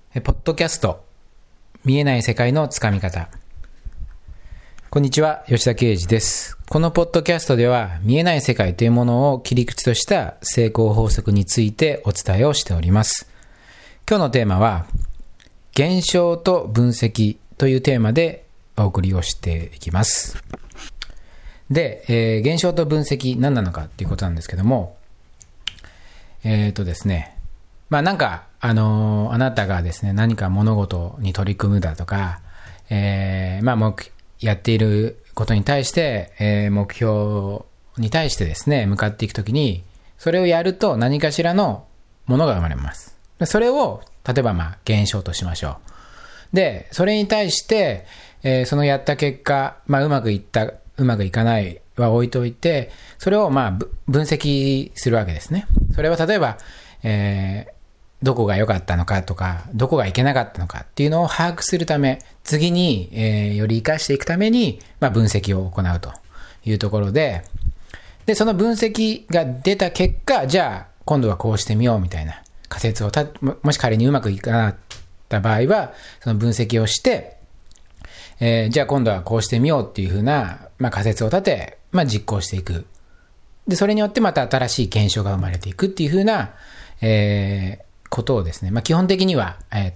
ポッドキャスト見えない世界のつかみ方。こんにちは、吉田啓二です。このポッドキャストでは見えない世界というものを切り口とした成功法則についてお伝えをしております。今日のテーマは現象と分析というテーマでお送りをしていきます。で、現象と分析何なのかっていうことなんですけども、ですね、あなたがですね、何か物事に取り組むだとか、やっていることに対して、目標に対してですね、向かっていくときに、それをやると何かしらのものが生まれます。それを、例えば現象としましょう。で、それに対して、そのやった結果、うまくいった、うまくいかないは置いといて、それを分析するわけですね。それは例えば、どこが良かったのかとか、どこがいけなかったのかっていうのを把握するため、次に、より活かしていくために、分析を行うというところで、その分析が出た結果、じゃあ今度はこうしてみようみたいな仮説をもし仮にうまくいかなかった場合は、その分析をして、じゃあ今度はこうしてみようっていうふうな、仮説を立て、実行していく。で、それによってまた新しい現象が生まれていくっていうふうな、ことをですね、基本的には、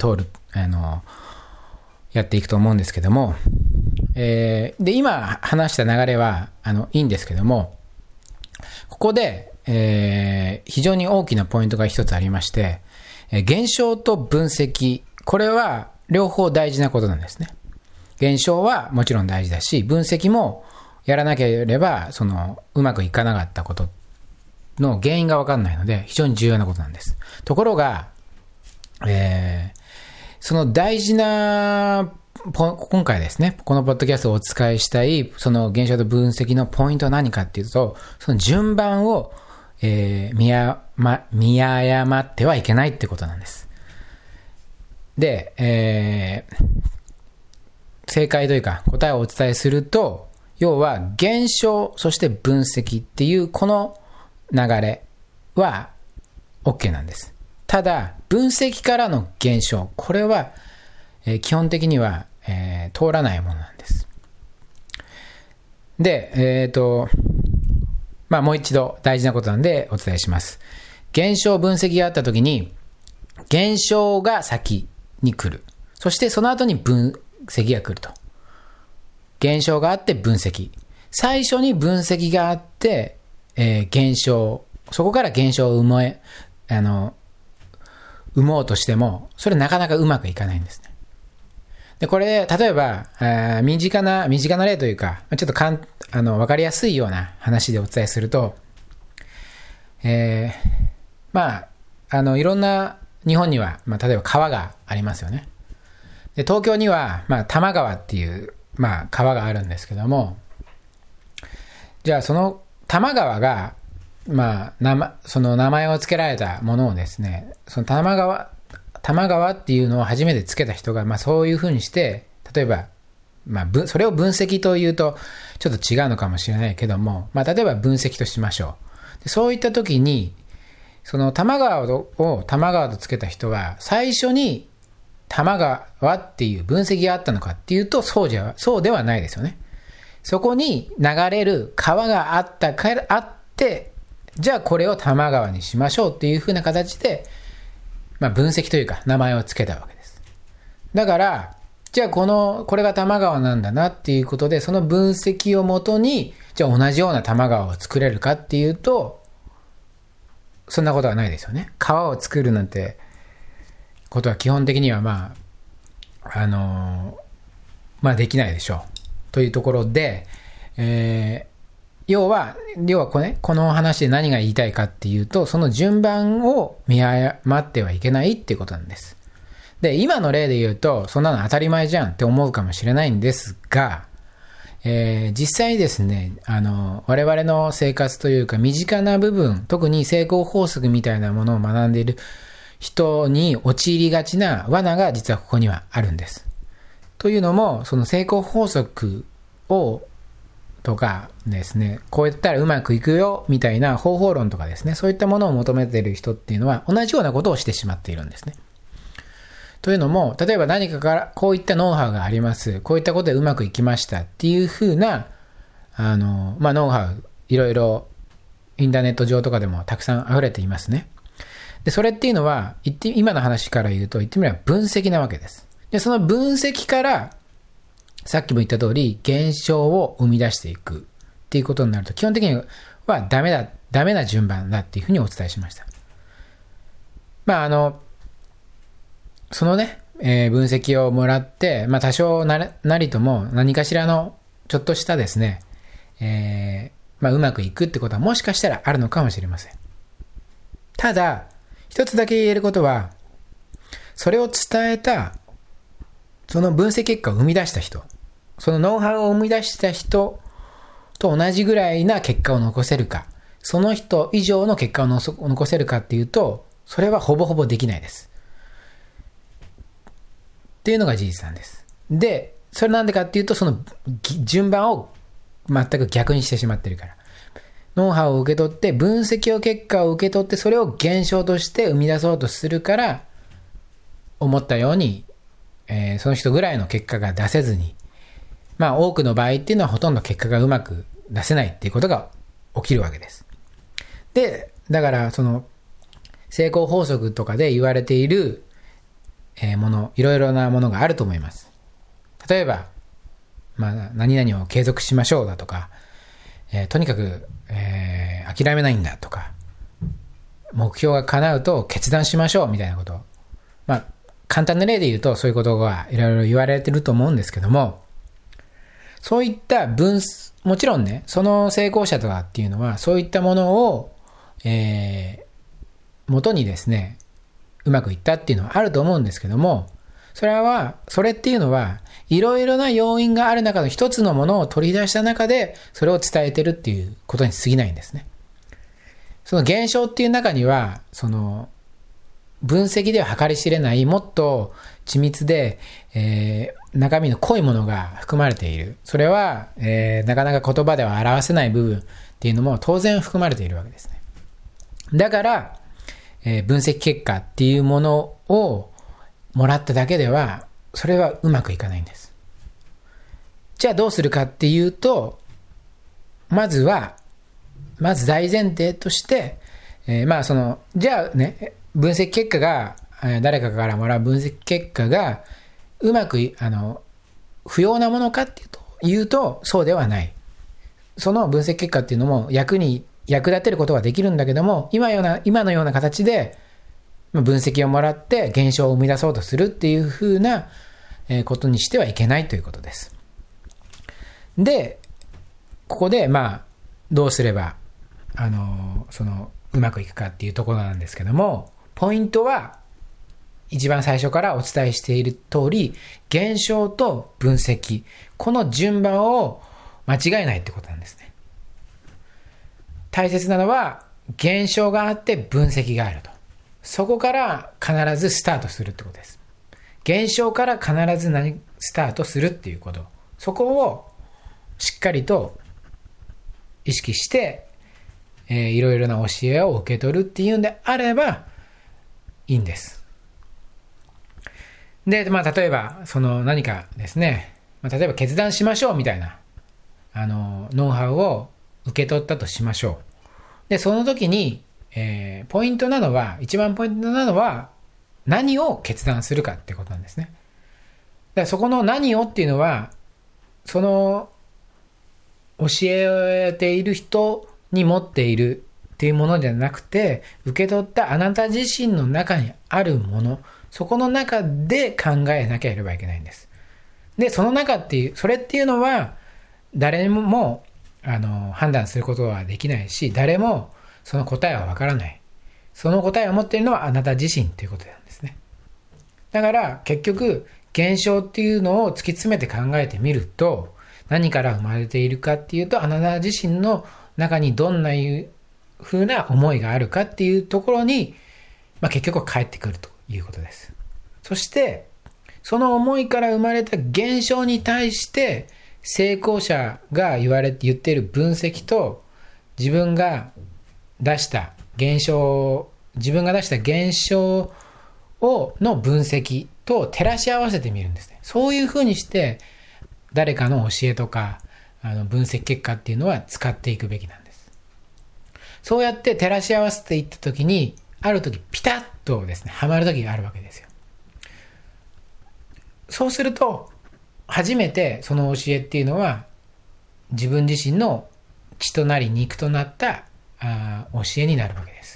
やっていくと思うんですけども、で、今話した流れは、いいんですけども、ここで、非常に大きなポイントが一つありまして、現象と分析、これは両方大事なことなんですね。現象はもちろん大事だし、分析もやらなければ、うまくいかなかったことの原因がわかんないので、非常に重要なことなんです。ところが、その大事な今回ですね、このポッドキャストをお伝えしたい、その現象と分析のポイントは何かっていうと、その順番を、見誤ってはいけないってことなんです。で、正解というか答えをお伝えすると、要は現象、そして分析っていうこの流れは OK なんです。ただ、分析からの現象、これは、基本的には、通らないものなんです。で、もう一度大事なことなんでお伝えします。現象分析があったときに、現象が先に来る。そしてその後に分析が来ると。現象があって分析。最初に分析があって、現象、そこから現象を生もうとしても、それなかなかうまくいかないんですね。で、これ、例えば、身近な例というか、ちょっとわかりやすいような話でお伝えすると、いろんな、日本には、例えば川がありますよね。で、東京には、多摩川っていう、川があるんですけども、じゃあその多摩川が、その名前を付けられたものをですね、その多摩川っていうのを初めて付けた人が、そういうふうにして、例えば、それを分析というと、ちょっと違うのかもしれないけども、例えば分析としましょう。で、そういった時に、その多摩川を多摩川と付けた人は、最初に多摩川っていう分析があったのかっていうと、そうではないですよね。そこに流れる川があって、じゃあこれを多摩川にしましょうっていう風な形で、分析というか名前を付けたわけです。だから、じゃあこれが多摩川なんだなっていうことで、その分析をもとに、じゃあ同じような多摩川を作れるかっていうと、そんなことはないですよね。川を作るなんてことは基本的にはできないでしょう。というところで、要はこの話で何が言いたいかっていうと、その順番を見誤ってはいけないっていうことなんです。で、今の例で言うと、そんなの当たり前じゃんって思うかもしれないんですが、実際ですね、我々の生活というか身近な部分、特に成功法則みたいなものを学んでいる人に陥りがちな罠が実はここにはあるんです。というのも、その成功法則とかですね、こうやったらうまくいくよみたいな方法論とかですね、そういったものを求めている人っていうのは同じようなことをしてしまっているんですね。 というのも、例えば何かからこういったノウハウがあります。こういったことでうまくいきましたっていうふうな、ノウハウ、いろいろインターネット上とかでもたくさん溢れていますね。で、それっていうのは、今の話から言うと、言ってみれば分析なわけです。で、その分析から、さっきも言った通り、現象を生み出していくっていうことになると、基本的にはダメな順番だっていうふうにお伝えしました。そのね、分析をもらって、多少なりとも何かしらのちょっとしたですね、うまくいくってことはもしかしたらあるのかもしれません。ただ、一つだけ言えることは、それを伝えた、その分析結果を生み出した人、そのノウハウを生み出した人と同じぐらいな結果を残せるか、その人以上の結果を残せるかっていうと、それはほぼほぼできないです。っていうのが事実なんです。で、それなんでかっていうと、その順番を全く逆にしてしまってるから。ノウハウを受け取って、分析結果を受け取って、それを現象として生み出そうとするから、思ったように、その人ぐらいの結果が出せずに、多くの場合っていうのはほとんど結果がうまく出せないっていうことが起きるわけです。で、だからその成功法則とかで言われているもの、いろいろなものがあると思います。例えば、何々を継続しましょうだとか、とにかく、諦めないんだとか、目標が叶うと決断しましょうみたいなこと。簡単な例で言うとそういうことがいろいろ言われてると思うんですけども、そういったもちろんね、その成功者とかっていうのはそういったものを、元にですね、うまくいったっていうのはあると思うんですけども、それっていうのはいろいろな要因がある中の一つのものを取り出した中でそれを伝えてるっていうことに過ぎないんですね。その現象っていう中には、その分析では計り知れないもっと緻密で、中身の濃いものが含まれている。それは、なかなか言葉では表せない部分っていうのも当然含まれているわけですね。だから、分析結果っていうものをもらっただけではそれはうまくいかないんです。じゃあどうするかっていうと、まず大前提として、じゃあね、分析結果が、誰かからもらう分析結果がうまく不要なものかっていうとそうではない。その分析結果っていうのも役立てることはできるんだけども、今のような形で分析をもらって現象を生み出そうとするっていう風なことにしてはいけないということです。で、ここでどうすればうまくいくかっていうところなんですけども、ポイントは一番最初からお伝えしている通り、現象と分析、この順番を間違えないってことなんですね。大切なのは現象があって分析があると。そこから必ずスタートするってことです。現象から必ずスタートするっていうこと。そこをしっかりと意識して、いろいろな教えを受け取るっていうんであればいいんです。で、例えば何かですね、例えば決断しましょうみたいなノウハウを受け取ったとしましょう。で、その時に、一番ポイントなのは何を決断するかってことなんですね。だからそこの何をっていうのは、その教えている人に持っているっていうものではなくて、受け取ったあなた自身の中にあるもの、そこの中で考えなければいけないんです。で、それっていうのは誰も判断することはできないし、誰もその答えはわからない。その答えを持っているのはあなた自身ということなんですね。だから結局現象っていうのを突き詰めて考えてみると、何から生まれているかっていうと、あなた自身の中にどんな風な思いがあるかっていうところに、結局は返ってくるということです。そしてその思いから生まれた現象に対して成功者が言っている分析と自分が出した現象をの分析と照らし合わせてみるんですね。そういうふうにして誰かの教えとか分析結果っていうのは使っていくべきなんです。そうやって照らし合わせていったときに、あるときピタッとですね、はまるときがあるわけですよ。そうすると初めてその教えっていうのは自分自身の血となり肉となった教えになるわけです。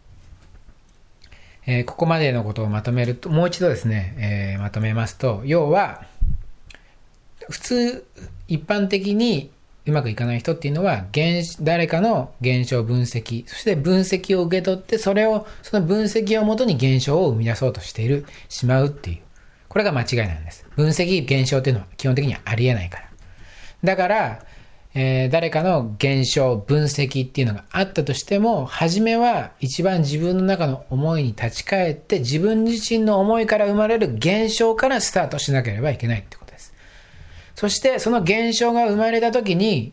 ここまでのことをまとめると、もう一度ですね、まとめますと、要は普通一般的にうまくいかない人っていうのは誰かの現象分析、そして分析を受け取って、その分析をもとに現象を生み出そうとしてしまうっていう、これが間違いなんです。分析現象っていうのは基本的にはありえないから。だから、誰かの現象分析っていうのがあったとしても、初めは一番自分の中の思いに立ち返って、自分自身の思いから生まれる現象からスタートしなければいけないってことです。そしてその現象が生まれた時に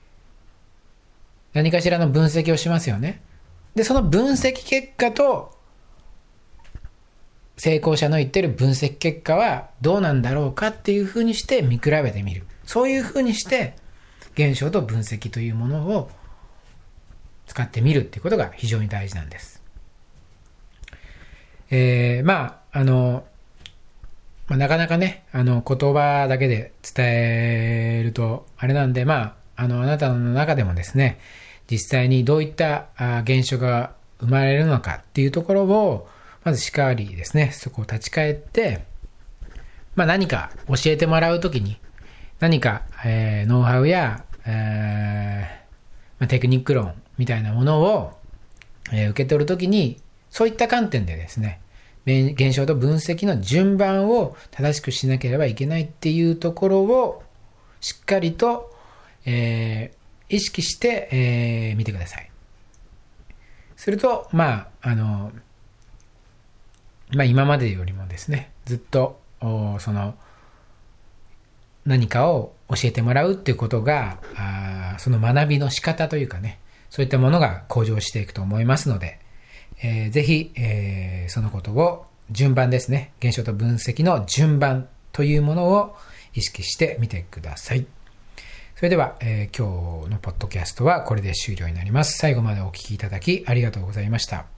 何かしらの分析をしますよね。で、その分析結果と成功者の言ってる分析結果はどうなんだろうかっていうふうにして見比べてみる。そういうふうにして現象と分析というものを使ってみるっていうことが非常に大事なんです。なかなかね、言葉だけで伝えるとあれなんで、あなたの中でもですね、実際にどういった現象が生まれるのかっていうところをまずしっかりですね、そこを立ち返って、何か教えてもらうときに何か、ノウハウや、テクニック論みたいなものを、受け取るときに、そういった観点でですね、現象と分析の順番を正しくしなければいけないっていうところをしっかりと、意識して、見てください。すると、今までよりもですね、ずっと何かを教えてもらうっていうことが、その学びの仕方というかね、そういったものが向上していくと思いますので、ぜひ、そのことを順番ですね、現象と分析の順番というものを意識してみてください。それでは、今日のポッドキャストはこれで終了になります。最後までお聞きいただきありがとうございました。